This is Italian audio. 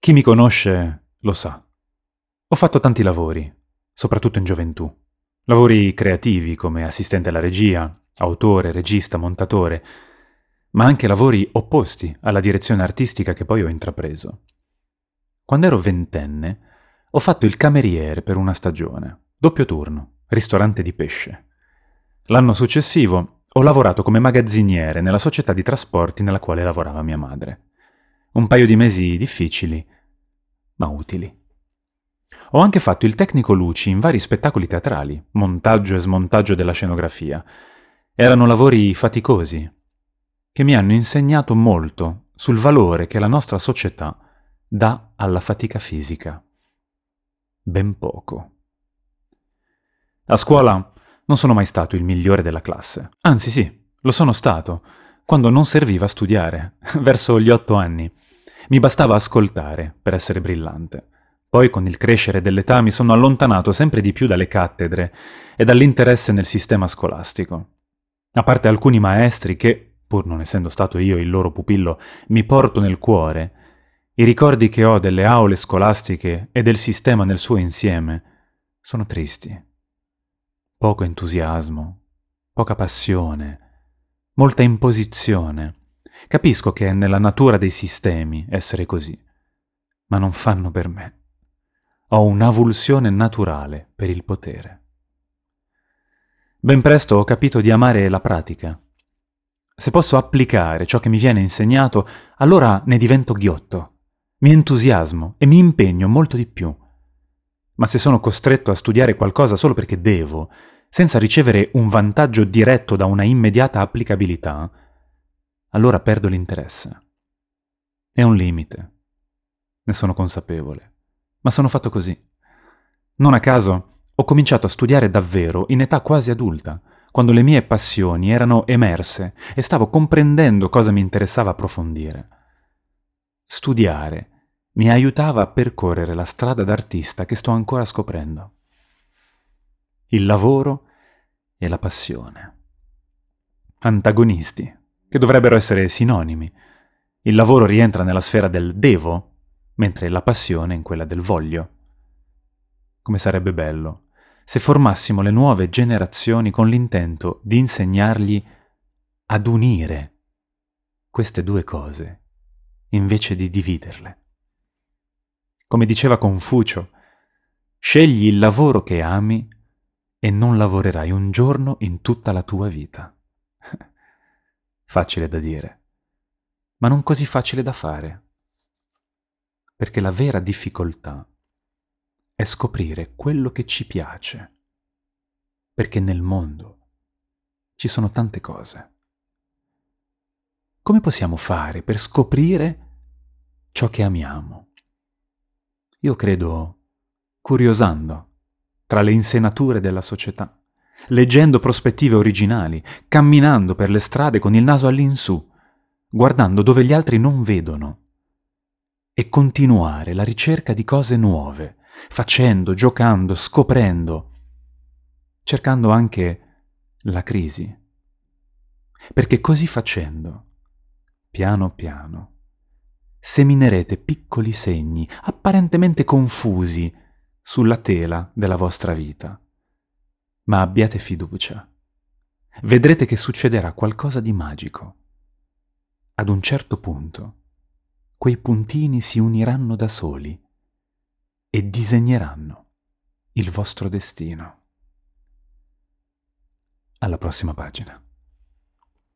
Chi mi conosce lo sa. Ho fatto tanti lavori, soprattutto in gioventù. Lavori creativi come assistente alla regia, autore, regista, montatore, ma anche lavori opposti alla direzione artistica che poi ho intrapreso. Quando ero ventenne, ho fatto il cameriere per una stagione, doppio turno, ristorante di pesce. L'anno successivo ho lavorato come magazziniere nella società di trasporti nella quale lavorava mia madre. Un paio di mesi difficili, ma utili. Ho anche fatto il tecnico luci in vari spettacoli teatrali, montaggio e smontaggio della scenografia. Erano lavori faticosi, che mi hanno insegnato molto sul valore che la nostra società dà alla fatica fisica. Ben poco. A scuola non sono mai stato il migliore della classe. Anzi sì, lo sono stato, quando non serviva studiare, verso gli 8 anni. Mi bastava ascoltare per essere brillante. Poi con il crescere dell'età mi sono allontanato sempre di più dalle cattedre e dall'interesse nel sistema scolastico. A parte alcuni maestri che, pur non essendo stato io il loro pupillo, mi porto nel cuore, i ricordi che ho delle aule scolastiche e del sistema nel suo insieme sono tristi. Poco entusiasmo, poca passione, molta imposizione. Capisco che è nella natura dei sistemi essere così, ma non fanno per me. Ho un'avulsione naturale per il potere. Ben presto ho capito di amare la pratica. Se posso applicare ciò che mi viene insegnato, allora ne divento ghiotto. Mi entusiasmo e mi impegno molto di più. Ma se sono costretto a studiare qualcosa solo perché devo, senza ricevere un vantaggio diretto da una immediata applicabilità, allora perdo l'interesse. È un limite. Ne sono consapevole. Ma sono fatto così. Non a caso ho cominciato a studiare davvero in età quasi adulta, quando le mie passioni erano emerse e stavo comprendendo cosa mi interessava approfondire. Studiare mi aiutava a percorrere la strada d'artista che sto ancora scoprendo. Il lavoro e la passione. Antagonisti, che dovrebbero essere sinonimi. Il lavoro rientra nella sfera del devo, mentre la passione in quella del voglio. Come sarebbe bello se formassimo le nuove generazioni con l'intento di insegnargli ad unire queste due cose, invece di dividerle. Come diceva Confucio, scegli il lavoro che ami e non lavorerai un giorno in tutta la tua vita. Facile da dire, ma non così facile da fare. Perché la vera difficoltà è scoprire quello che ci piace, perché nel mondo ci sono tante cose. Come possiamo fare per scoprire ciò che amiamo? Io credo curiosando tra le insenature della società, leggendo prospettive originali, camminando per le strade con il naso all'insù, guardando dove gli altri non vedono, e continuare la ricerca di cose nuove, facendo, giocando, scoprendo, cercando anche la crisi. Perché così facendo, piano piano, seminerete piccoli segni, apparentemente confusi, sulla tela della vostra vita. Ma abbiate fiducia. Vedrete che succederà qualcosa di magico. Ad un certo punto, quei puntini si uniranno da soli e disegneranno il vostro destino. Alla prossima pagina.